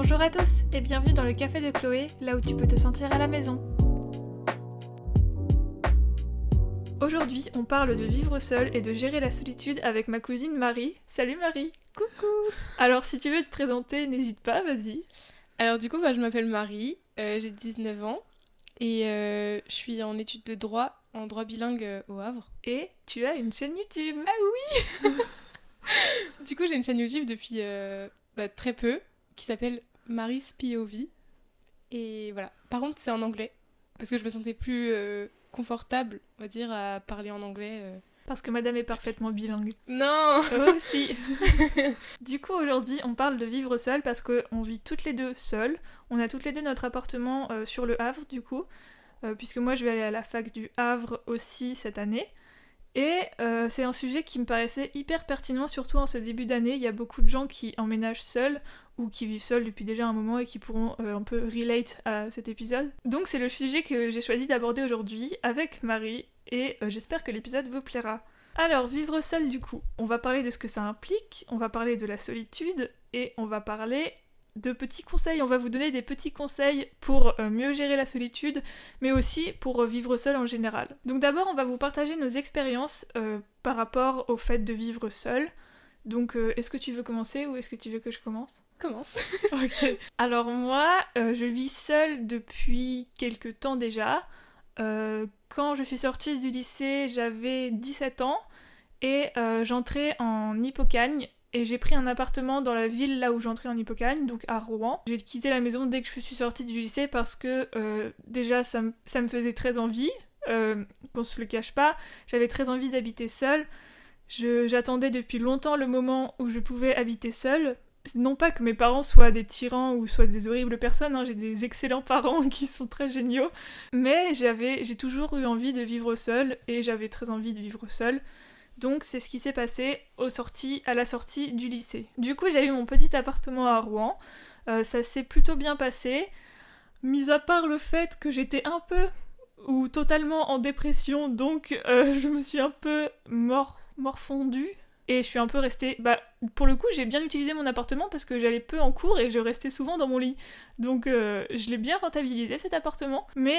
Bonjour à tous et bienvenue dans le Café de Chloé, là où tu peux te sentir à la maison. Aujourd'hui, on parle de vivre seul et de gérer la solitude avec ma cousine Marie. Salut Marie. Coucou. Alors si tu veux te présenter, n'hésite pas, vas-y. Alors du coup, je m'appelle Marie, j'ai 19 ans et je suis en études de droit, en droit bilingue au Havre. Et tu as une chaîne YouTube. Ah oui. Du coup, j'ai une chaîne YouTube depuis très peu qui s'appelle Marie's POV. Et voilà. Par contre, c'est en anglais parce que je me sentais plus confortable, on va dire, à parler en anglais. Parce que madame est parfaitement bilingue. Non. Oh si. Du coup, aujourd'hui, on parle de vivre seul parce qu'on vit toutes les deux seules. On a toutes les deux notre appartement sur le Havre, du coup. Puisque moi, je vais aller à la fac du Havre aussi cette année. Et c'est un sujet qui me paraissait hyper pertinent, surtout en ce début d'année. Il y a beaucoup de gens qui emménagent seuls ou qui vivent seuls depuis déjà un moment et qui pourront un peu relate à cet épisode. Donc c'est le sujet que j'ai choisi d'aborder aujourd'hui avec Marie et j'espère que l'épisode vous plaira. Alors, vivre seul du coup, on va parler de ce que ça implique, on va parler de la solitude et on va parler de petits conseils. On va vous donner des petits conseils pour mieux gérer la solitude, mais aussi pour vivre seul en général. Donc d'abord, on va vous partager nos expériences par rapport au fait de vivre seul. Donc est-ce que tu veux commencer ou est-ce que tu veux que je commence ? Commence. Ok. Alors moi, je vis seule depuis quelques temps déjà. Quand je suis sortie du lycée, j'avais 17 ans et j'entrais en Hippocagne. Et j'ai pris un appartement dans la ville là où j'entrais en Hippocagne, donc à Rouen. J'ai quitté la maison dès que je suis sortie du lycée parce que déjà ça me faisait très envie, qu'on se le cache pas. J'avais très envie d'habiter seule. J'attendais depuis longtemps le moment où je pouvais habiter seule. Non pas que mes parents soient des tyrans ou soient des horribles personnes, hein, j'ai des excellents parents qui sont très géniaux. Mais j'ai toujours eu envie de vivre seule et j'avais très envie de vivre seule. Donc c'est ce qui s'est passé à la sortie du lycée. Du coup j'ai eu mon petit appartement à Rouen, ça s'est plutôt bien passé, mis à part le fait que j'étais un peu ou totalement en dépression, donc je me suis un peu morfondue. Et je suis un peu restée... pour le coup, j'ai bien utilisé mon appartement parce que j'allais peu en cours et je restais souvent dans mon lit. Donc je l'ai bien rentabilisé cet appartement. Mais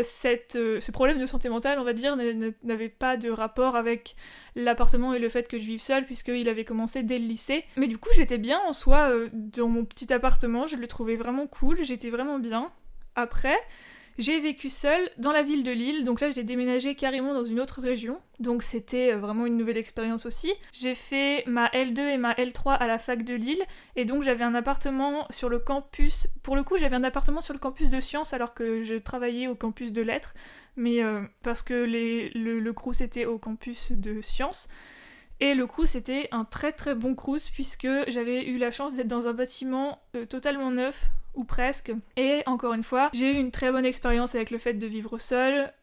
ce problème de santé mentale, on va dire, n'avait pas de rapport avec l'appartement et le fait que je vive seule puisqu'il avait commencé dès le lycée. Mais du coup, j'étais bien en soi dans mon petit appartement. Je le trouvais vraiment cool, j'étais vraiment bien. Après... j'ai vécu seule dans la ville de Lille, donc là j'ai déménagé carrément dans une autre région, donc c'était vraiment une nouvelle expérience aussi. J'ai fait ma L2 et ma L3 à la fac de Lille, et donc j'avais un appartement sur le campus, pour le coup j'avais un appartement sur le campus de sciences alors que je travaillais au campus de lettres, mais parce que le Crous était au campus de sciences. Et le Crous c'était un très très bon Crous puisque j'avais eu la chance d'être dans un bâtiment totalement neuf, ou presque. Et encore une fois, j'ai eu une très bonne expérience avec le fait de vivre seule.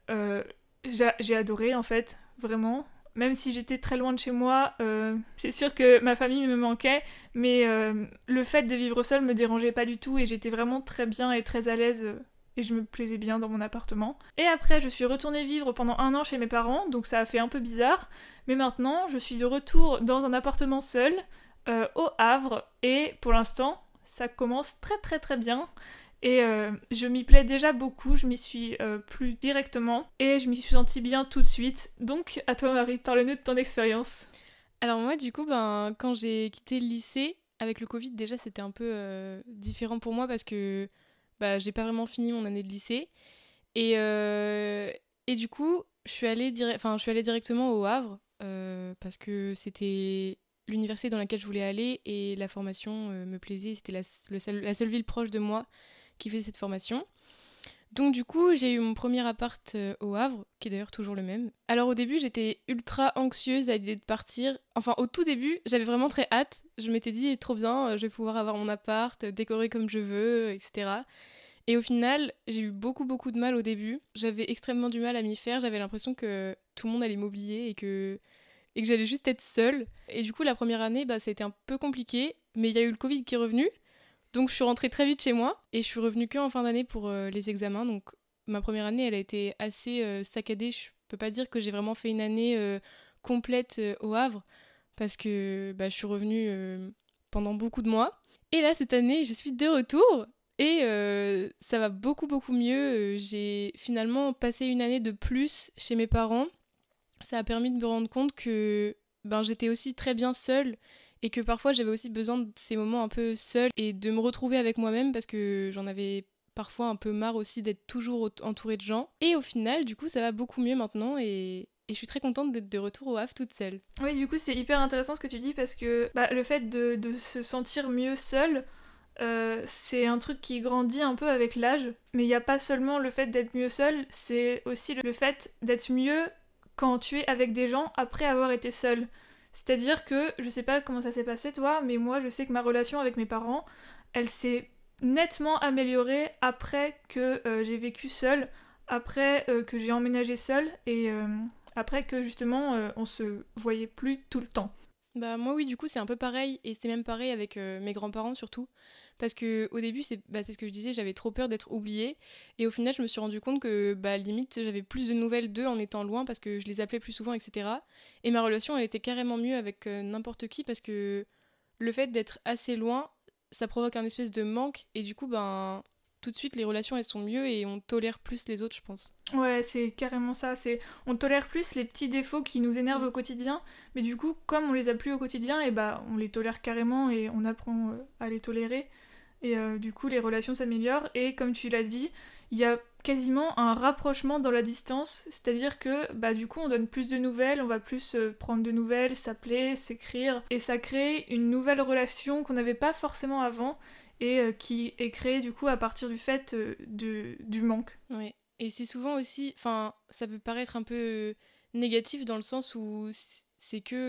J'ai adoré en fait, vraiment. Même si j'étais très loin de chez moi, c'est sûr que ma famille me manquait, mais le fait de vivre seule me dérangeait pas du tout et j'étais vraiment très bien et très à l'aise. Et je me plaisais bien dans mon appartement. Et après, je suis retournée vivre pendant 1 an chez mes parents, donc ça a fait un peu bizarre. Mais maintenant, je suis de retour dans un appartement seul, au Havre, et pour l'instant, ça commence très très très bien. Et je m'y plais déjà beaucoup, je m'y suis plu directement, et je m'y suis sentie bien tout de suite. Donc, à toi Marie, parle-nous de ton expérience. Alors moi, du coup, quand j'ai quitté le lycée, avec le Covid, déjà, c'était un peu différent pour moi parce que j'ai pas vraiment fini mon année de lycée. Et du coup, je suis allée directement au Havre parce que c'était l'université dans laquelle je voulais aller et la formation me plaisait. C'était la seule ville proche de moi qui faisait cette formation. Donc du coup, j'ai eu mon premier appart au Havre, qui est d'ailleurs toujours le même. Alors au début, j'étais ultra anxieuse à l'idée de partir. Enfin, au tout début, j'avais vraiment très hâte. Je m'étais dit, trop bien, je vais pouvoir avoir mon appart, décorer comme je veux, etc. Et au final, j'ai eu beaucoup de mal au début. J'avais extrêmement du mal à m'y faire. J'avais l'impression que tout le monde allait m'oublier et que j'allais juste être seule. Et du coup, la première année, ça a été un peu compliqué. Mais il y a eu le Covid qui est revenu. Donc je suis rentrée très vite chez moi. Et je suis revenue qu'en fin d'année pour les examens. Donc ma première année, elle a été assez saccadée. Je peux pas dire que j'ai vraiment fait une année complète au Havre. Parce que je suis revenue pendant beaucoup de mois. Et là, cette année, je suis de retour et ça va beaucoup, beaucoup mieux. J'ai finalement passé une année de plus chez mes parents. Ça a permis de me rendre compte que j'étais aussi très bien seule et que parfois j'avais aussi besoin de ces moments un peu seuls et de me retrouver avec moi-même parce que j'en avais parfois un peu marre aussi d'être toujours entourée de gens. Et au final, du coup, ça va beaucoup mieux maintenant et je suis très contente d'être de retour au Havre toute seule. Oui, du coup, c'est hyper intéressant ce que tu dis parce que le fait de se sentir mieux seul, c'est un truc qui grandit un peu avec l'âge. Mais il n'y a pas seulement le fait d'être mieux seul, c'est aussi le fait d'être mieux quand tu es avec des gens après avoir été seul. C'est-à-dire que, je sais pas comment ça s'est passé toi, mais moi je sais que ma relation avec mes parents, elle s'est nettement améliorée après que j'ai vécu seule, après que j'ai emménagé seule et après que justement on se voyait plus tout le temps. Bah moi oui, du coup c'est un peu pareil et c'est même pareil avec mes grands-parents surtout parce que au début c'est ce que je disais, j'avais trop peur d'être oubliée et au final je me suis rendu compte que limite j'avais plus de nouvelles d'eux en étant loin parce que je les appelais plus souvent, etc. Et ma relation elle était carrément mieux avec n'importe qui parce que le fait d'être assez loin ça provoque un espèce de manque et du coup tout de suite les relations elles sont mieux et on tolère plus les autres, je pense. Ouais, c'est carrément ça. On tolère plus les petits défauts qui nous énervent au quotidien, mais du coup, comme on les a plus au quotidien, et on les tolère carrément et on apprend à les tolérer. Et du coup, les relations s'améliorent. Et comme tu l'as dit, il y a quasiment un rapprochement dans la distance, c'est-à-dire que du coup, on donne plus de nouvelles, on va plus prendre de nouvelles, s'appeler, s'écrire, et ça crée une nouvelle relation qu'on n'avait pas forcément avant et qui est créée du coup à partir du fait du manque. Ouais. Et c'est souvent aussi, enfin, ça peut paraître un peu négatif dans le sens où c'est que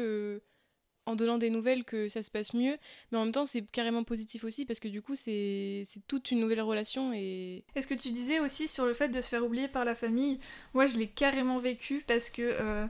en donnant des nouvelles que ça se passe mieux, mais en même temps c'est carrément positif aussi parce que du coup c'est toute une nouvelle relation et... Et ce que tu disais aussi sur le fait de se faire oublier par la famille, moi je l'ai carrément vécu parce que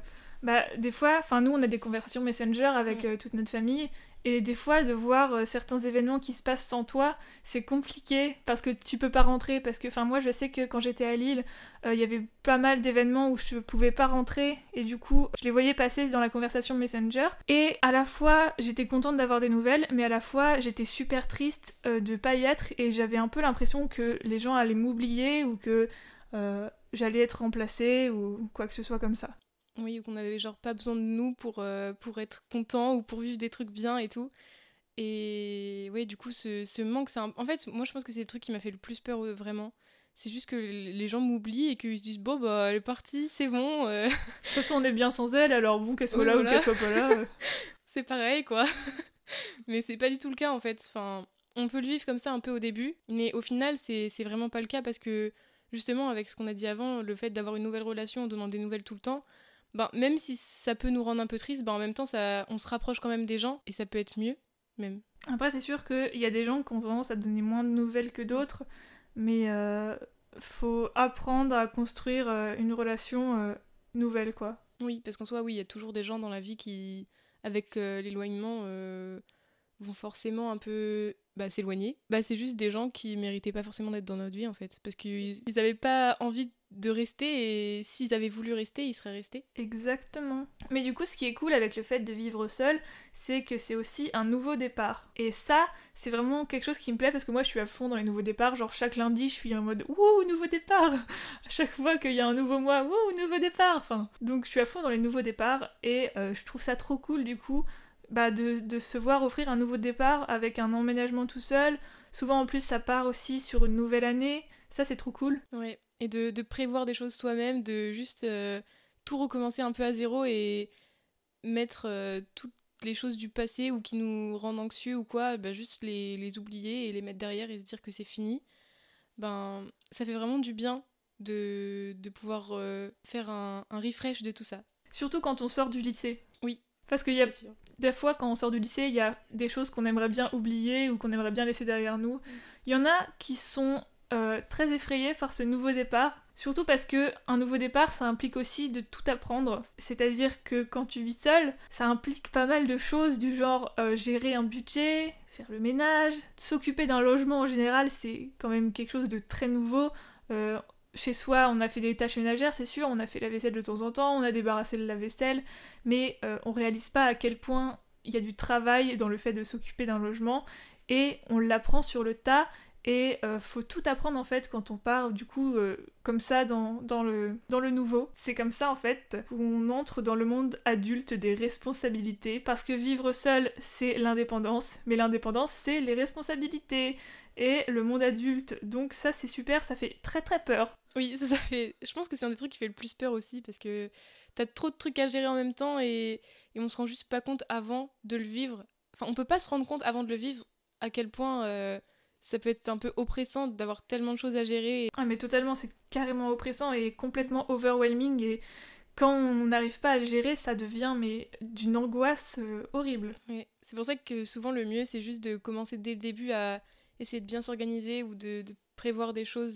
des fois, enfin nous on a des conversations Messenger avec toute notre famille et des fois de voir certains événements qui se passent sans toi, c'est compliqué parce que tu peux pas rentrer parce que enfin moi je sais que quand j'étais à Lille, il y avait pas mal d'événements où je pouvais pas rentrer et du coup je les voyais passer dans la conversation Messenger et à la fois j'étais contente d'avoir des nouvelles mais à la fois j'étais super triste de pas y être et j'avais un peu l'impression que les gens allaient m'oublier ou que j'allais être remplacée ou quoi que ce soit comme ça. Oui, ou qu'on avait genre pas besoin de nous pour être content ou pour vivre des trucs bien et tout. Et ouais, du coup, ce manque, en fait, moi je pense que c'est le truc qui m'a fait le plus peur vraiment. C'est juste que les gens m'oublient et qu'ils se disent bon, elle est partie, c'est bon. De toute façon, on est bien sans elle, alors bon, qu'elle soit Oui, là voilà. ou qu'elle soit pas là. C'est pareil, quoi. Mais c'est pas du tout le cas en fait. Enfin, on peut le vivre comme ça un peu au début, mais au final, c'est vraiment pas le cas parce que justement, avec ce qu'on a dit avant, le fait d'avoir une nouvelle relation en donnant des nouvelles tout le temps, même si ça peut nous rendre un peu tristes, en même temps, on se rapproche quand même des gens et ça peut être mieux, même. Après, c'est sûr qu'il y a des gens qui ont tendance à donner moins de nouvelles que d'autres, mais faut apprendre à construire une relation nouvelle, quoi. Oui, parce qu'en soi, oui, il y a toujours des gens dans la vie qui, avec l'éloignement, vont forcément un peu s'éloigner. C'est juste des gens qui méritaient pas forcément d'être dans notre vie, en fait, parce qu'ils avaient pas envie de rester et s'ils avaient voulu rester, ils seraient restés. Exactement. Mais du coup, ce qui est cool avec le fait de vivre seul, c'est que c'est aussi un nouveau départ. Et ça, c'est vraiment quelque chose qui me plaît parce que moi, je suis à fond dans les nouveaux départs. Genre, chaque lundi, je suis en mode wouh, nouveau départ. À chaque fois qu'il y a un nouveau mois, wouh, nouveau départ. Enfin, donc, je suis à fond dans les nouveaux départs et je trouve ça trop cool du coup de se voir offrir un nouveau départ avec un emménagement tout seul. Souvent, en plus, ça part aussi sur une nouvelle année. Ça, c'est trop cool. Ouais. Et de prévoir des choses soi-même, de juste tout recommencer un peu à zéro et mettre toutes les choses du passé ou qui nous rendent anxieux ou quoi, juste les oublier et les mettre derrière et se dire que c'est fini. Ça fait vraiment du bien de pouvoir faire un refresh de tout ça. Surtout quand on sort du lycée. Oui. Parce qu'il y a des fois, quand on sort du lycée, il y a des choses qu'on aimerait bien oublier ou qu'on aimerait bien laisser derrière nous. Il y en a qui sont très effrayée par ce nouveau départ, surtout parce que un nouveau départ, ça implique aussi de tout apprendre. C'est-à-dire que quand tu vis seul, ça implique pas mal de choses du genre gérer un budget, faire le ménage, s'occuper d'un logement en général, c'est quand même quelque chose de très nouveau. Chez soi, on a fait des tâches ménagères, c'est sûr, on a fait la vaisselle de temps en temps, on a débarrassé le lave-vaisselle, mais on réalise pas à quel point il y a du travail dans le fait de s'occuper d'un logement. et on l'apprend sur le tas. Et faut tout apprendre en fait quand on part du coup comme ça dans le nouveau. C'est comme ça en fait où on entre dans le monde adulte des responsabilités, parce que vivre seul c'est l'indépendance, mais l'indépendance c'est les responsabilités et le monde adulte. Donc ça c'est super, ça fait très très peur. Oui, ça fait. Je pense que c'est un des trucs qui fait le plus peur aussi parce que t'as trop de trucs à gérer en même temps et on se rend juste pas compte avant de le vivre. Enfin, on peut pas se rendre compte avant de le vivre à quel point ça peut être un peu oppressant d'avoir tellement de choses à gérer. Ah mais totalement, c'est carrément oppressant et complètement overwhelming, et quand on n'arrive pas à le gérer, ça devient mais d'une angoisse horrible. Ouais. C'est pour ça que souvent le mieux c'est juste de commencer dès le début à essayer de bien s'organiser ou de prévoir des choses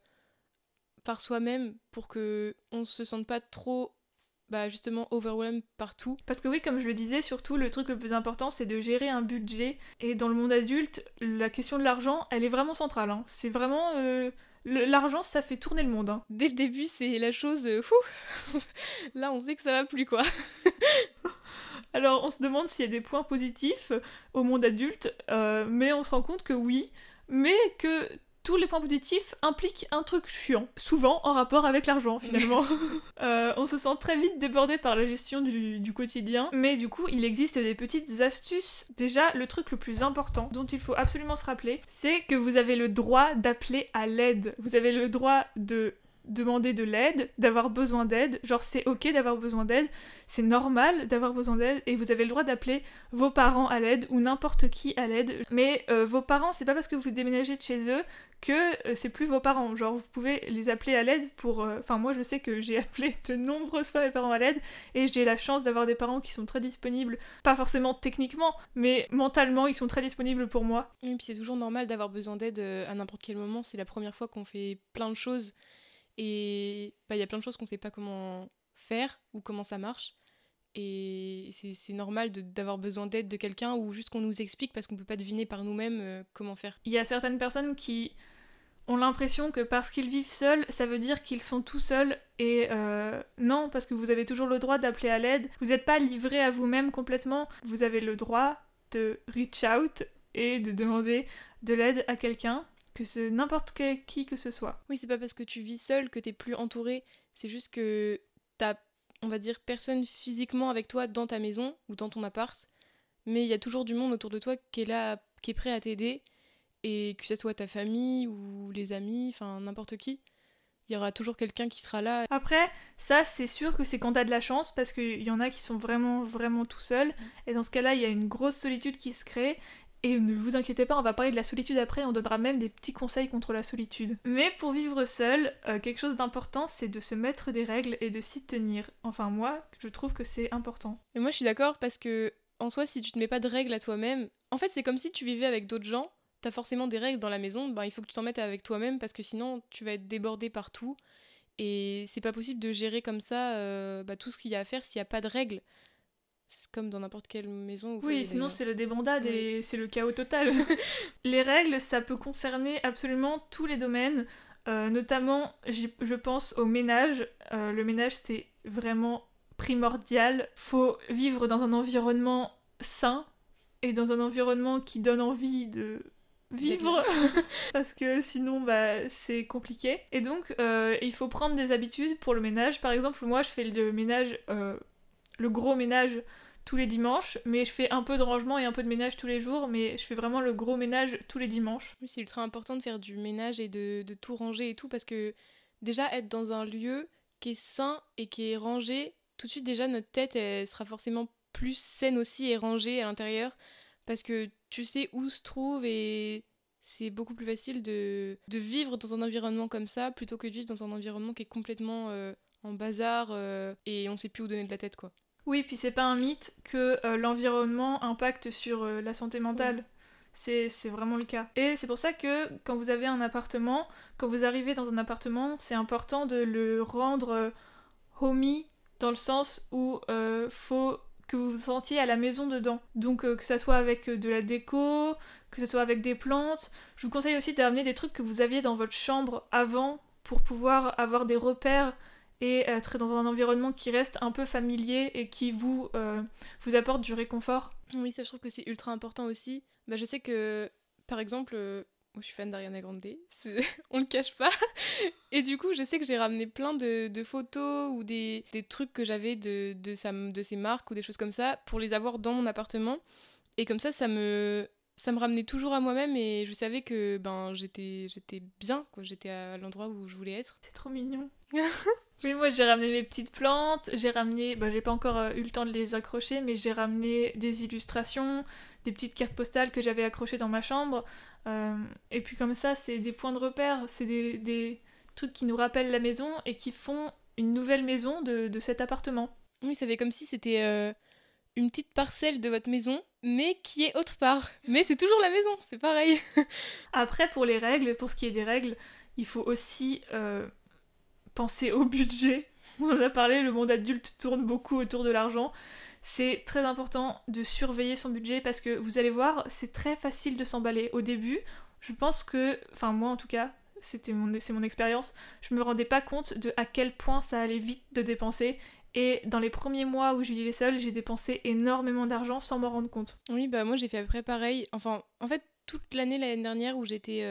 par soi-même pour que on se sente pas trop justement overwhelmed partout. Parce que oui, comme je le disais, surtout le truc le plus important c'est de gérer un budget, et dans le monde adulte, la question de l'argent, elle est vraiment centrale, hein. C'est vraiment... l'argent, ça fait tourner le monde, hein. Dès le début, c'est la chose... Là, on sait que ça va plus, quoi. Alors, on se demande s'il y a des points positifs au monde adulte, mais on se rend compte que oui, mais que tous les points positifs impliquent un truc chiant, souvent en rapport avec l'argent, finalement. On se sent très vite débordé par la gestion du quotidien, mais du coup, il existe des petites astuces. Déjà, le truc le plus important dont il faut absolument se rappeler, c'est que vous avez le droit d'appeler à l'aide. Vous avez le droit de demander de l'aide, d'avoir besoin d'aide, genre c'est ok d'avoir besoin d'aide, c'est normal d'avoir besoin d'aide, et vous avez le droit d'appeler vos parents à l'aide ou n'importe qui à l'aide, mais vos parents, c'est pas parce que vous déménagez de chez eux que c'est plus vos parents, genre vous pouvez les appeler à l'aide pour... Enfin moi je sais que j'ai appelé de nombreuses fois mes parents à l'aide, et j'ai la chance d'avoir des parents qui sont très disponibles, pas forcément techniquement, mais mentalement ils sont très disponibles pour moi. Et puis c'est toujours normal d'avoir besoin d'aide à n'importe quel moment, c'est la première fois qu'on fait plein de choses. Et il y a plein de choses qu'on sait pas comment faire ou comment ça marche. Et c'est normal d'avoir besoin d'aide de quelqu'un ou juste qu'on nous explique parce qu'on peut pas deviner par nous-mêmes comment faire. Il y a certaines personnes qui ont l'impression que parce qu'ils vivent seuls, ça veut dire qu'ils sont tout seuls. Et non, parce que vous avez toujours le droit d'appeler à l'aide. Vous n'êtes pas livré à vous-même complètement. Vous avez le droit de reach out et de demander de l'aide à quelqu'un, que c'est n'importe qui que ce soit. Oui, c'est pas parce que tu vis seul que t'es plus entouré, c'est juste que t'as, on va dire, personne physiquement avec toi dans ta maison ou dans ton appart, mais il y a toujours du monde autour de toi qui est là, qui est prêt à t'aider, et que ce soit ta famille ou les amis, enfin n'importe qui, il y aura toujours quelqu'un qui sera là. Après, ça c'est sûr que c'est quand t'as de la chance, parce qu'il y en a qui sont vraiment, vraiment tout seuls, et dans ce cas-là, il y a une grosse solitude qui se crée. Et ne vous inquiétez pas, on va parler de la solitude après, on donnera même des petits conseils contre la solitude. Mais pour vivre seul, quelque chose d'important, c'est de se mettre des règles et de s'y tenir. Enfin moi, je trouve que c'est important. Et moi je suis d'accord parce que, en soi, si tu te mets pas de règles à toi-même, en fait c'est comme si tu vivais avec d'autres gens, t'as forcément des règles dans la maison, il faut que tu t'en mettes avec toi-même parce que sinon tu vas être débordé partout. Et c'est pas possible de gérer comme ça tout ce qu'il y a à faire s'il n'y a pas de règles. C'est comme dans n'importe quelle maison. Oui, sinon c'est le débandade et c'est le chaos total. Les règles, ça peut concerner absolument tous les domaines, notamment, je pense au ménage. Le ménage, c'est vraiment primordial. Faut vivre dans un environnement sain et dans un environnement qui donne envie de vivre parce que sinon c'est compliqué. Et donc il faut prendre des habitudes pour le ménage. Par exemple, moi je fais le ménage, le gros ménage tous les dimanches, mais je fais un peu de rangement et un peu de ménage tous les jours, mais je fais vraiment le gros ménage tous les dimanches. Oui, c'est ultra important de faire du ménage et de tout ranger et tout, parce que déjà être dans un lieu qui est sain et qui est rangé, tout de suite déjà notre tête elle sera forcément plus saine aussi et rangée à l'intérieur, parce que tu sais où se trouve et c'est beaucoup plus facile de vivre dans un environnement comme ça plutôt que de vivre dans un environnement qui est complètement en bazar et on sait plus où donner de la tête, quoi. Oui, puis c'est pas un mythe que l'environnement impacte sur la santé mentale. Oui. C'est vraiment le cas. Et c'est pour ça que quand vous avez un appartement, quand vous arrivez dans un appartement, c'est important de le rendre homey, dans le sens où faut que vous vous sentiez à la maison dedans. Donc que ça soit avec de la déco, que ce soit avec des plantes. Je vous conseille aussi de ramener des trucs que vous aviez dans votre chambre avant pour pouvoir avoir des repères et être dans un environnement qui reste un peu familier et qui vous apporte du réconfort. Oui, ça, je trouve que c'est ultra important aussi. Bah, je sais que, par exemple, moi, je suis fan d'Ariana Grande, on le cache pas. Et du coup, je sais que j'ai ramené plein de photos ou des trucs que j'avais de ses marques ou des choses comme ça pour les avoir dans mon appartement. Et comme ça me ramenait toujours à moi-même et je savais que ben, j'étais bien, quoi. J'étais à l'endroit où je voulais être. C'est trop mignon. Oui, moi j'ai ramené mes petites plantes, j'ai pas encore eu le temps de les accrocher, mais j'ai ramené des illustrations, des petites cartes postales que j'avais accrochées dans ma chambre. Et puis comme ça, c'est des points de repère, c'est des trucs qui nous rappellent la maison et qui font une nouvelle maison de cet appartement. Oui, ça fait comme si c'était une petite parcelle de votre maison, mais qui est autre part. Mais c'est toujours la maison, c'est pareil. Après, pour ce qui est des règles, il faut aussi penser au budget. On en a parlé, le monde adulte tourne beaucoup autour de l'argent. C'est très important de surveiller son budget parce que vous allez voir, c'est très facile de s'emballer. Au début, je pense que, enfin moi en tout cas, c'est mon expérience, je me rendais pas compte de à quel point ça allait vite de dépenser. Et dans les premiers mois où je vivais seule, j'ai dépensé énormément d'argent sans m'en rendre compte. Oui, bah moi j'ai fait à peu près pareil. Enfin, en fait, toute l'année dernière où j'étais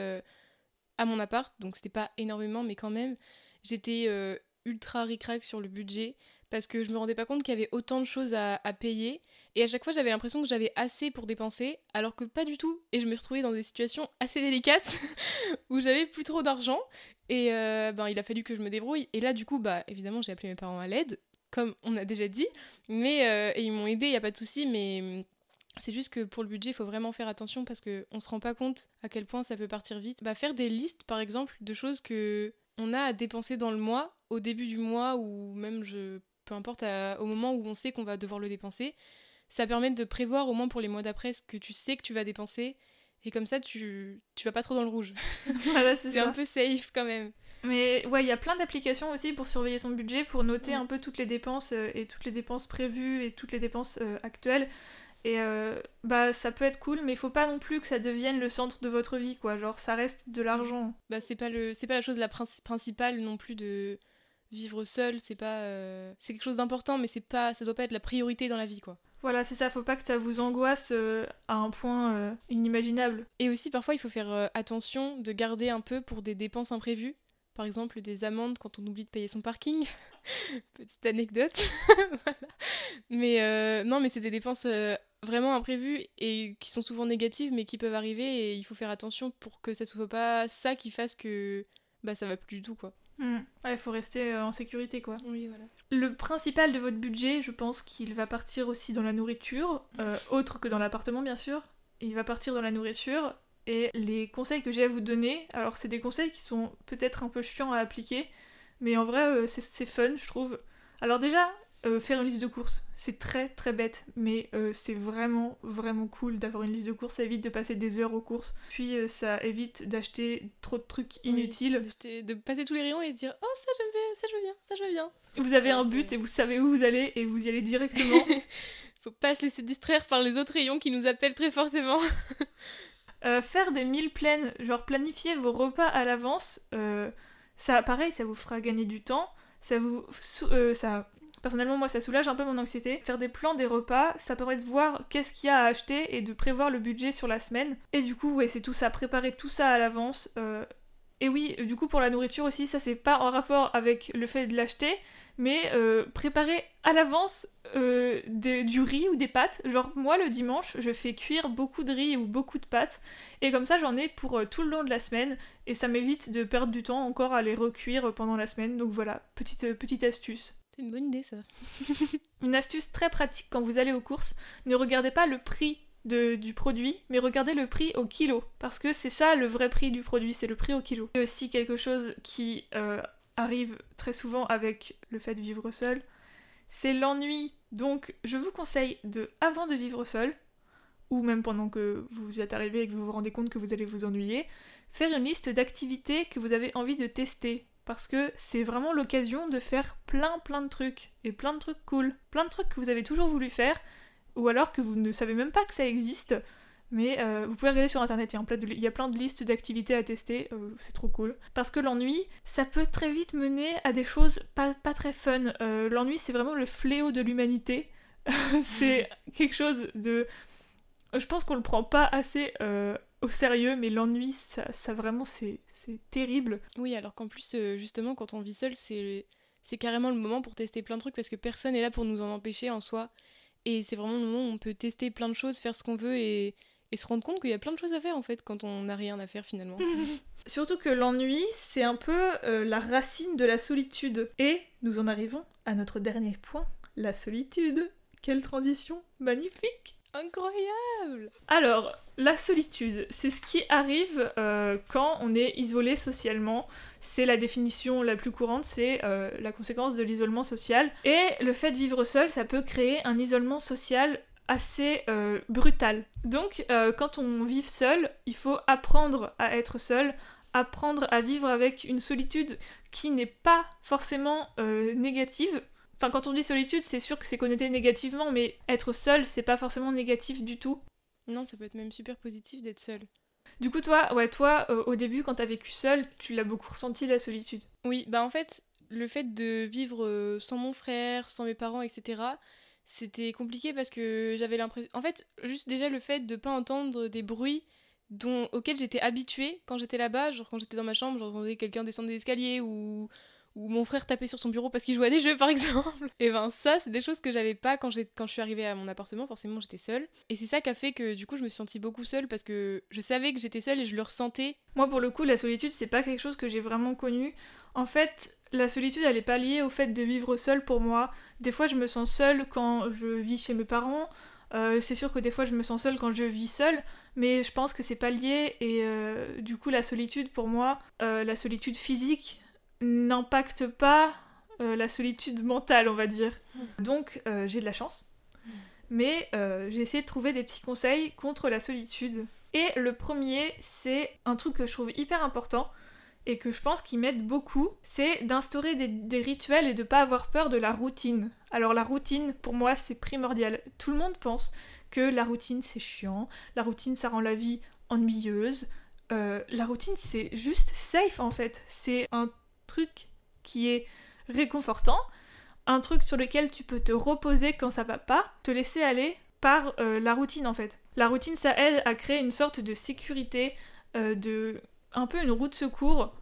à mon appart, donc c'était pas énormément, mais quand même, j'étais ultra ric-rac sur le budget parce que je me rendais pas compte qu'il y avait autant de choses à payer et à chaque fois j'avais l'impression que j'avais assez pour dépenser alors que pas du tout et je me retrouvais dans des situations assez délicates où j'avais plus trop d'argent et ben il a fallu que je me débrouille et là du coup bah évidemment j'ai appelé mes parents à l'aide comme on a déjà dit mais et ils m'ont aidé, il y a pas de souci mais c'est juste que pour le budget, il faut vraiment faire attention parce qu'on se rend pas compte à quel point ça peut partir vite. Bah, faire des listes, par exemple, de choses que on a à dépenser dans le mois, au début du mois, ou même, peu importe, au moment où on sait qu'on va devoir le dépenser, ça permet de prévoir au moins pour les mois d'après ce que tu sais que tu vas dépenser. Et comme ça, tu vas pas trop dans le rouge. Voilà, c'est C'est ça. un peu safe quand même. Mais ouais, il y a plein d'applications aussi pour surveiller son budget, pour noter Ouais. un peu toutes les dépenses et toutes les dépenses prévues et toutes les dépenses actuelles. Et bah ça peut être cool, mais il faut pas non plus que ça devienne le centre de votre vie, quoi. Genre ça reste de l'argent. Bah, c'est pas la chose principale non plus de vivre seul. C'est quelque chose d'important, mais ça doit pas être la priorité dans la vie, quoi. Voilà, c'est ça, faut pas que ça vous angoisse à un point inimaginable. Et aussi, parfois, il faut faire attention de garder un peu pour des dépenses imprévues. Par exemple, des amendes quand on oublie de payer son parking. Petite anecdote. Voilà. Mais non, mais c'est des dépenses vraiment imprévues et qui sont souvent négatives, mais qui peuvent arriver. Et il faut faire attention pour que ça soit pas ça qui fasse que bah, ça va plus du tout, quoi. Ouais, faut rester en sécurité, quoi. Oui, voilà. Le principal de votre budget, je pense qu'il va partir aussi dans la nourriture, autre que dans l'appartement, bien sûr. Il va partir dans la nourriture. Et les conseils que j'ai à vous donner, alors c'est des conseils qui sont peut-être un peu chiants à appliquer, mais en vrai c'est fun je trouve. Alors déjà, faire une liste de courses, c'est très très bête, mais c'est vraiment vraiment cool d'avoir une liste de courses, ça évite de passer des heures aux courses, puis ça évite d'acheter trop de trucs inutiles. Oui, de passer tous les rayons et se dire « Oh, ça j'aime bien, ça je veux bien, ça je veux bien ». Vous avez un but et vous savez où vous allez et vous y allez directement. Faut pas se laisser distraire par les autres rayons qui nous appellent très forcément. Faire des meal plans, genre planifier vos repas à l'avance, ça, pareil, ça vous fera gagner du temps, personnellement, moi, ça soulage un peu mon anxiété. Faire des plans des repas, ça permet de voir qu'est-ce qu'il y a à acheter et de prévoir le budget sur la semaine. Et du coup, ouais, c'est tout ça, préparer tout ça à l'avance. Et oui, du coup, pour la nourriture aussi, ça, c'est pas en rapport avec le fait de l'acheter, mais préparer à l'avance du riz ou des pâtes. Genre, moi, le dimanche, je fais cuire beaucoup de riz ou beaucoup de pâtes, et comme ça, j'en ai pour tout le long de la semaine, et ça m'évite de perdre du temps encore à les recuire pendant la semaine. Donc voilà, petite astuce. C'est une bonne idée, ça. Une astuce très pratique quand vous allez aux courses, ne regardez pas le prix du produit, mais regardez le prix au kilo, parce que c'est ça le vrai prix du produit, c'est le prix au kilo. Et aussi quelque chose qui arrive très souvent avec le fait de vivre seul, c'est l'ennui. Donc je vous conseille avant de vivre seul, ou même pendant que vous y êtes arrivé et que vous vous rendez compte que vous allez vous ennuyer, faire une liste d'activités que vous avez envie de tester. Parce que c'est vraiment l'occasion de faire plein de trucs, et plein de trucs cool, plein de trucs que vous avez toujours voulu faire, ou alors que vous ne savez même pas que ça existe, mais vous pouvez regarder sur internet, il y a plein de listes d'activités à tester, c'est trop cool. Parce que l'ennui, ça peut très vite mener à des choses pas très fun. L'ennui, c'est vraiment le fléau de l'humanité. C'est quelque chose de Je pense qu'on le prend pas assez au sérieux, mais l'ennui, ça vraiment, c'est terrible. Oui, alors qu'en plus, justement, quand on vit seul, c'est carrément le moment pour tester plein de trucs parce que personne n'est là pour nous en empêcher en soi. Et c'est vraiment le moment où on peut tester plein de choses, faire ce qu'on veut et se rendre compte qu'il y a plein de choses à faire en fait quand on n'a rien à faire finalement. Surtout que l'ennui, c'est un peu la racine de la solitude. Et nous en arrivons à notre dernier point, la solitude. Quelle transition magnifique! Incroyable! Alors, la solitude, c'est ce qui arrive quand on est isolé socialement. C'est la définition la plus courante, c'est la conséquence de l'isolement social. Et le fait de vivre seul, ça peut créer un isolement social assez brutal. Donc, quand on vit seul, il faut apprendre à être seul, apprendre à vivre avec une solitude qui n'est pas forcément négative. Enfin, quand on dit solitude, c'est sûr que c'est connoté négativement, mais être seul, c'est pas forcément négatif du tout. Non, ça peut être même super positif d'être seul. Du coup, toi, au début, quand t'as vécu seul, tu l'as beaucoup ressenti, la solitude. Oui, bah en fait, le fait de vivre sans mon frère, sans mes parents, etc., c'était compliqué parce que j'avais l'impression... En fait, juste déjà le fait de pas entendre des bruits auxquels j'étais habituée quand j'étais là-bas, genre quand j'étais dans ma chambre, j'entendais quelqu'un descendre des escaliers ou mon frère taper sur son bureau parce qu'il jouait à des jeux par exemple. Et ben ça, c'est des choses que j'avais pas quand je suis arrivée à mon appartement, forcément j'étais seule. Et c'est ça qui a fait que du coup je me suis sentie beaucoup seule parce que je savais que j'étais seule et je le ressentais. Moi, pour le coup, la solitude, c'est pas quelque chose que j'ai vraiment connu. En fait, la solitude, elle est pas liée au fait de vivre seule pour moi. Des fois, je me sens seule quand je vis chez mes parents. C'est sûr que des fois, je me sens seule quand je vis seule. Mais je pense que c'est pas lié. Et du coup, la solitude, pour moi, la solitude physique n'impacte pas la solitude mentale, on va dire. Donc, j'ai de la chance. Mais j'ai essayé de trouver des petits conseils contre la solitude. Et le premier, c'est un truc que je trouve hyper important et que je pense qui m'aide beaucoup, c'est d'instaurer des rituels et de pas avoir peur de la routine. Alors la routine, pour moi, c'est primordial. Tout le monde pense que la routine, c'est chiant, la routine, ça rend la vie ennuyeuse. La routine, c'est juste safe, en fait. C'est un truc qui est réconfortant, un truc sur lequel tu peux te reposer quand ça va pas, te laisser aller par la routine en fait. La routine, ça aide à créer une sorte de sécurité, un peu une roue de secours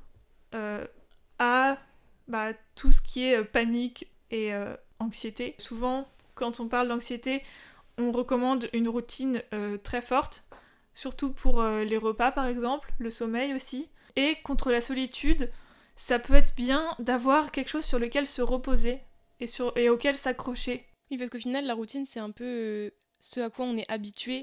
à tout ce qui est panique et anxiété. Souvent, quand on parle d'anxiété, on recommande une routine très forte, surtout pour les repas par exemple, le sommeil aussi. Et contre la solitude, ça peut être bien d'avoir quelque chose sur lequel se reposer et auquel s'accrocher. Oui, parce qu'au final, la routine, c'est un peu ce à quoi on est habitué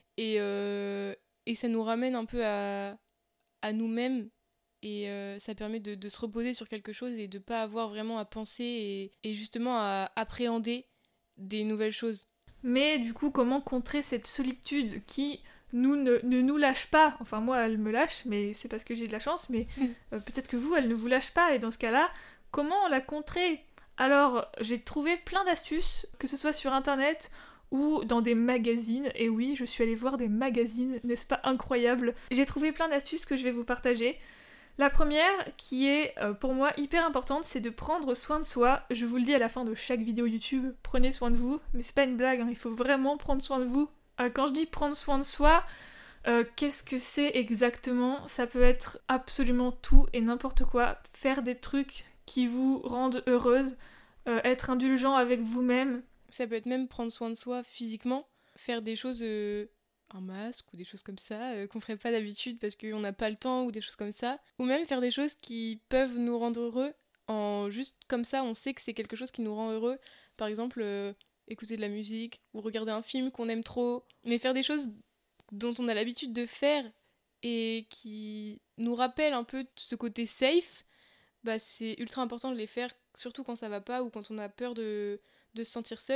et ça nous ramène un peu à nous-mêmes et ça permet de se reposer sur quelque chose et de pas avoir vraiment à penser et justement à appréhender des nouvelles choses. Mais du coup, comment contrer cette solitude qui ne nous lâche pas? Enfin, moi, elle me lâche, mais c'est parce que j'ai de la chance, mais peut-être que vous, elle ne vous lâche pas, et dans ce cas-là, comment la contrer? Alors, j'ai trouvé plein d'astuces, que ce soit sur internet ou dans des magazines, et oui, je suis allée voir des magazines, n'est-ce pas incroyable? J'ai trouvé plein d'astuces que je vais vous partager. La première, qui est pour moi hyper importante, c'est de prendre soin de soi. Je vous le dis à la fin de chaque vidéo YouTube, prenez soin de vous, mais c'est pas une blague, hein, il faut vraiment prendre soin de vous. Quand je dis prendre soin de soi, qu'est-ce que c'est exactement? Ça peut être absolument tout et n'importe quoi. Faire des trucs qui vous rendent heureuse, être indulgent avec vous-même. Ça peut être même prendre soin de soi physiquement, faire des choses, un masque ou des choses comme ça, qu'on ferait pas d'habitude parce qu'on n'a pas le temps ou des choses comme ça. Ou même faire des choses qui peuvent nous rendre heureux, juste comme ça, on sait que c'est quelque chose qui nous rend heureux. Par exemple, écouter de la musique ou regarder un film qu'on aime trop. Mais faire des choses dont on a l'habitude de faire et qui nous rappellent un peu ce côté safe, bah c'est ultra important de les faire, surtout quand ça va pas ou quand on a peur de se sentir seul.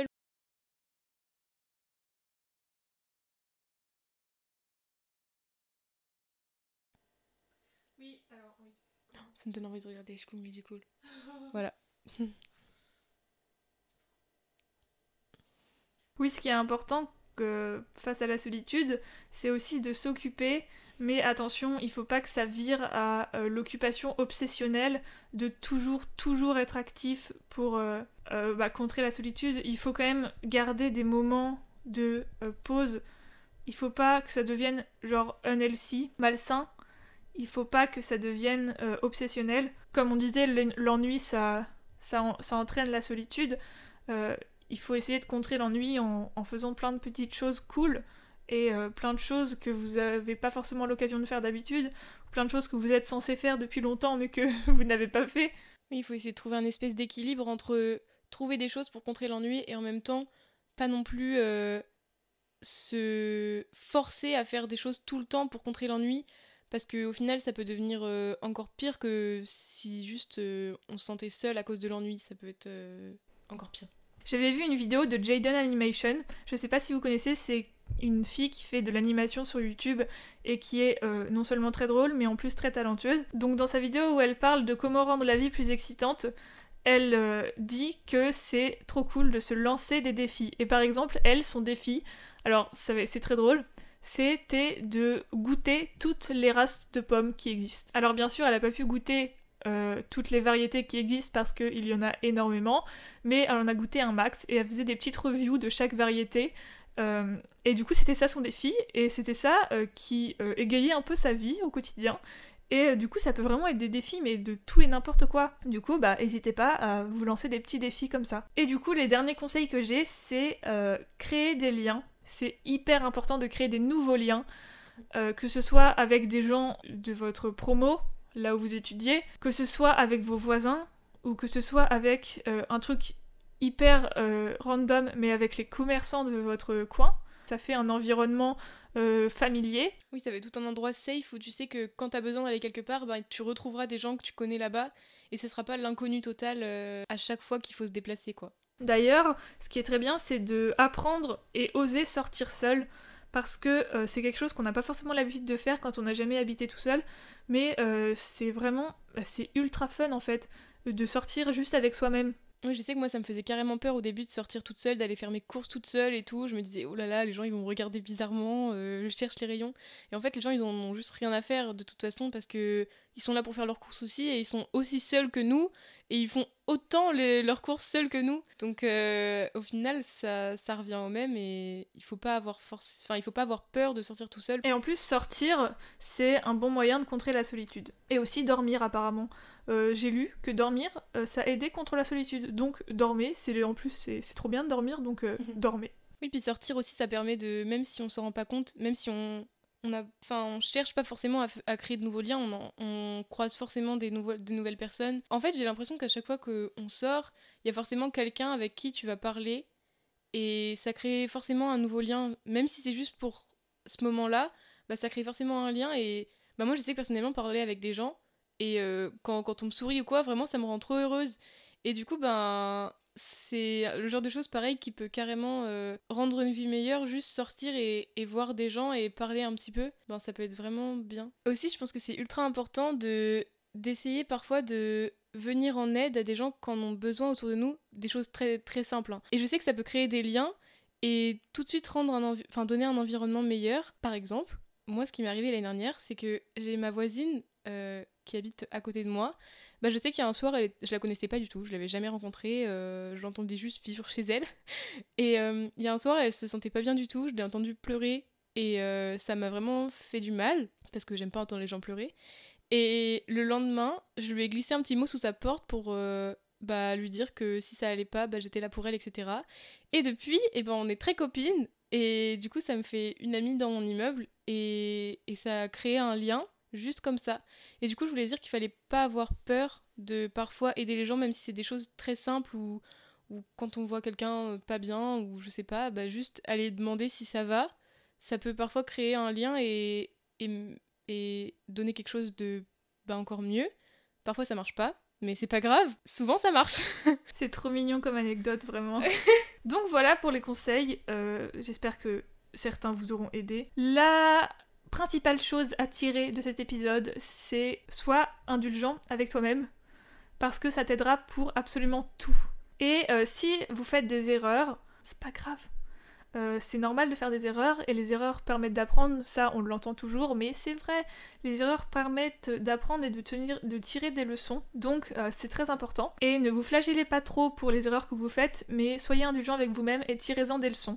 Oui, alors oui. Ça me donne envie de regarder High School Musical. Voilà. Oui, ce qui est important face à la solitude, c'est aussi de s'occuper, mais attention, il faut pas que ça vire à l'occupation obsessionnelle de toujours être actif pour contrer la solitude. Il faut quand même garder des moments de pause Il faut pas que ça devienne genre unhealthy, malsain. Il faut pas que ça devienne obsessionnel. Comme on disait, l'ennui, ça entraîne la solitude. Il faut essayer de contrer l'ennui en faisant plein de petites choses cool et plein de choses que vous n'avez pas forcément l'occasion de faire d'habitude, plein de choses que vous êtes censé faire depuis longtemps mais que vous n'avez pas fait. Oui, il faut essayer de trouver un espèce d'équilibre entre trouver des choses pour contrer l'ennui et en même temps pas non plus se forcer à faire des choses tout le temps pour contrer l'ennui, parce qu'au final ça peut devenir encore pire que si juste on se sentait seul à cause de l'ennui, ça peut être encore pire. J'avais vu une vidéo de Jaden Animation, je sais pas si vous connaissez, c'est une fille qui fait de l'animation sur YouTube et qui est non seulement très drôle mais en plus très talentueuse. Donc dans sa vidéo où elle parle de comment rendre la vie plus excitante, elle dit que c'est trop cool de se lancer des défis. Et par exemple, elle, son défi, alors c'est très drôle, c'était de goûter toutes les races de pommes qui existent. Alors bien sûr, elle n'a pas pu goûter toutes les variétés qui existent parce qu'il y en a énormément, mais elle en a goûté un max et elle faisait des petites reviews de chaque variété. Et du coup, c'était ça son défi, et c'était ça qui égayait un peu sa vie au quotidien. Et du coup, ça peut vraiment être des défis, mais de tout et n'importe quoi. Du coup, n'hésitez pas à vous lancer des petits défis comme ça. Et du coup, les derniers conseils que j'ai, c'est créer des liens. C'est hyper important de créer des nouveaux liens, que ce soit avec des gens de votre promo, là où vous étudiez, que ce soit avec vos voisins, ou que ce soit avec un truc hyper random, mais avec les commerçants de votre coin. Ça fait un environnement familier. Oui, ça fait tout un endroit safe où tu sais que quand t'as besoin d'aller quelque part, tu retrouveras des gens que tu connais là-bas, et ce sera pas l'inconnu total à chaque fois qu'il faut se déplacer, quoi. D'ailleurs, ce qui est très bien, c'est de apprendre et oser sortir seul, parce que c'est quelque chose qu'on n'a pas forcément l'habitude de faire quand on n'a jamais habité tout seul, mais c'est ultra fun en fait, de sortir juste avec soi-même. Oui, je sais que moi ça me faisait carrément peur au début de sortir toute seule, d'aller faire mes courses toute seule et tout. Je me disais, oh là là, les gens ils vont me regarder bizarrement, je cherche les rayons. Et en fait, les gens ils en ont juste rien à faire de toute façon, parce que ils sont là pour faire leurs courses aussi, et ils sont aussi seuls que nous, et ils font autant leurs courses seuls que nous. Donc au final, ça revient au même, et il faut pas avoir peur de sortir tout seul. Et en plus, sortir, c'est un bon moyen de contrer la solitude. Et aussi dormir apparemment. J'ai lu que dormir, ça aidait contre la solitude. Donc dormez, en plus c'est trop bien de dormir, donc dormez. Oui, puis sortir aussi, ça permet de, même si on s'en rend pas compte, même si on cherche pas forcément à créer de nouveaux liens, on croise forcément de nouvelles personnes. En fait, j'ai l'impression qu'à chaque fois qu'on sort, il y a forcément quelqu'un avec qui tu vas parler, et ça crée forcément un nouveau lien, même si c'est juste pour ce moment-là, ça crée forcément un lien. Et moi je sais que personnellement, parler avec des gens, et quand on me sourit ou quoi, vraiment ça me rend trop heureuse. Et du coup, c'est le genre de choses pareil qui peut carrément rendre une vie meilleure, juste sortir et voir des gens et parler un petit peu, ça peut être vraiment bien. Aussi, je pense que c'est ultra important d'essayer parfois de venir en aide à des gens qui en ont besoin autour de nous, des choses très, très simples, hein. Et je sais que ça peut créer des liens et tout de suite donner un environnement meilleur. Par exemple, moi ce qui m'est arrivé l'année dernière, c'est que j'ai ma voisine qui habite à côté de moi. Je sais qu'il y a un soir, je la connaissais pas du tout, je l'avais jamais rencontrée, je l'entendais juste vivre chez elle. Et il y a un soir, elle se sentait pas bien du tout, je l'ai entendue pleurer, et ça m'a vraiment fait du mal, parce que j'aime pas entendre les gens pleurer. Et le lendemain, je lui ai glissé un petit mot sous sa porte pour lui dire que si ça allait pas, j'étais là pour elle, etc. Et depuis, on est très copines, et du coup ça me fait une amie dans mon immeuble, et ça a créé un lien, juste comme ça. Et du coup, je voulais dire qu'il fallait pas avoir peur de parfois aider les gens, même si c'est des choses très simples, ou quand on voit quelqu'un pas bien, ou je sais pas, juste aller demander si ça va. Ça peut parfois créer un lien et donner quelque chose de encore mieux. Parfois ça marche pas, mais c'est pas grave, souvent ça marche. C'est trop mignon comme anecdote, vraiment. Donc voilà pour les conseils, j'espère que certains vous auront aidé. La principale chose à tirer de cet épisode, c'est sois indulgent avec toi-même, parce que ça t'aidera pour absolument tout. Et si vous faites des erreurs, c'est pas grave. C'est normal de faire des erreurs, et les erreurs permettent d'apprendre, ça on l'entend toujours, mais c'est vrai, les erreurs permettent d'apprendre et de tirer des leçons, donc c'est très important. Et ne vous flagellez pas trop pour les erreurs que vous faites, mais soyez indulgent avec vous-même et tirez-en des leçons.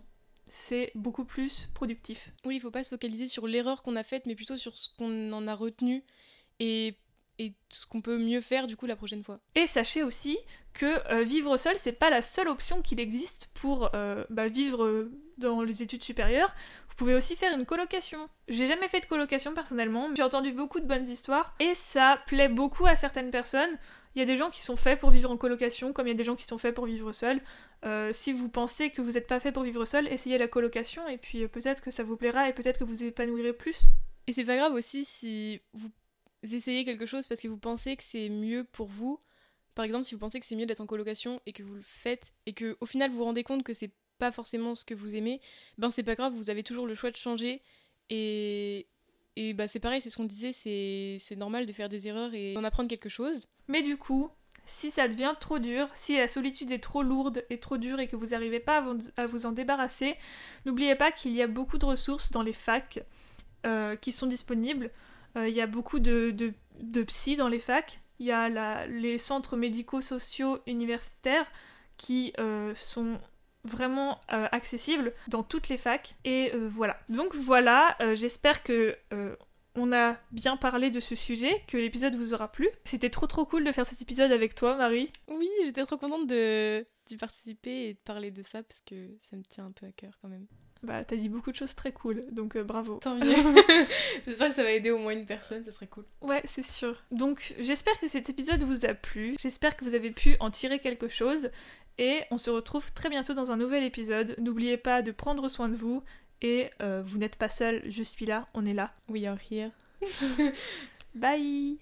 c'est beaucoup plus productif. Oui, il faut pas se focaliser sur l'erreur qu'on a faite, mais plutôt sur ce qu'on en a retenu et ce qu'on peut mieux faire du coup la prochaine fois. Et sachez aussi que vivre seul, c'est pas la seule option qu'il existe pour vivre dans les études supérieures. Vous pouvez aussi faire une colocation. J'ai jamais fait de colocation personnellement, mais j'ai entendu beaucoup de bonnes histoires et ça plaît beaucoup à certaines personnes. Il y a des gens qui sont faits pour vivre en colocation, comme il y a des gens qui sont faits pour vivre seuls. Si vous pensez que vous n'êtes pas fait pour vivre seul, essayez la colocation et puis peut-être que ça vous plaira et peut-être que vous épanouirez plus. Et c'est pas grave aussi si vous essayez quelque chose parce que vous pensez que c'est mieux pour vous. Par exemple, si vous pensez que c'est mieux d'être en colocation et que vous le faites et que au final vous vous rendez compte que c'est pas forcément ce que vous aimez, ben c'est pas grave, vous avez toujours le choix de changer et bah c'est pareil, c'est ce qu'on disait, c'est normal de faire des erreurs et d'en apprendre quelque chose. Mais du coup, si ça devient trop dur, si la solitude est trop lourde et trop dure et que vous n'arrivez pas à vous en débarrasser, n'oubliez pas qu'il y a beaucoup de ressources dans les facs qui sont disponibles. Il y a beaucoup de psy dans les facs. Il y a les centres médico-sociaux universitaires qui sont vraiment accessibles dans toutes les facs. Et voilà. Donc voilà, j'espère que on a bien parlé de ce sujet, que l'épisode vous aura plu. C'était trop cool de faire cet épisode avec toi, Marie. Oui, j'étais trop contente d'y participer et de parler de ça parce que ça me tient un peu à cœur quand même. Bah, t'as dit beaucoup de choses très cool, donc bravo. Tant mieux. J'espère que ça va aider au moins une personne, ça serait cool. Ouais, c'est sûr. Donc, j'espère que cet épisode vous a plu. J'espère que vous avez pu en tirer quelque chose. Et on se retrouve très bientôt dans un nouvel épisode. N'oubliez pas de prendre soin de vous. Et vous n'êtes pas seul, je suis là, on est là. We are here. Bye!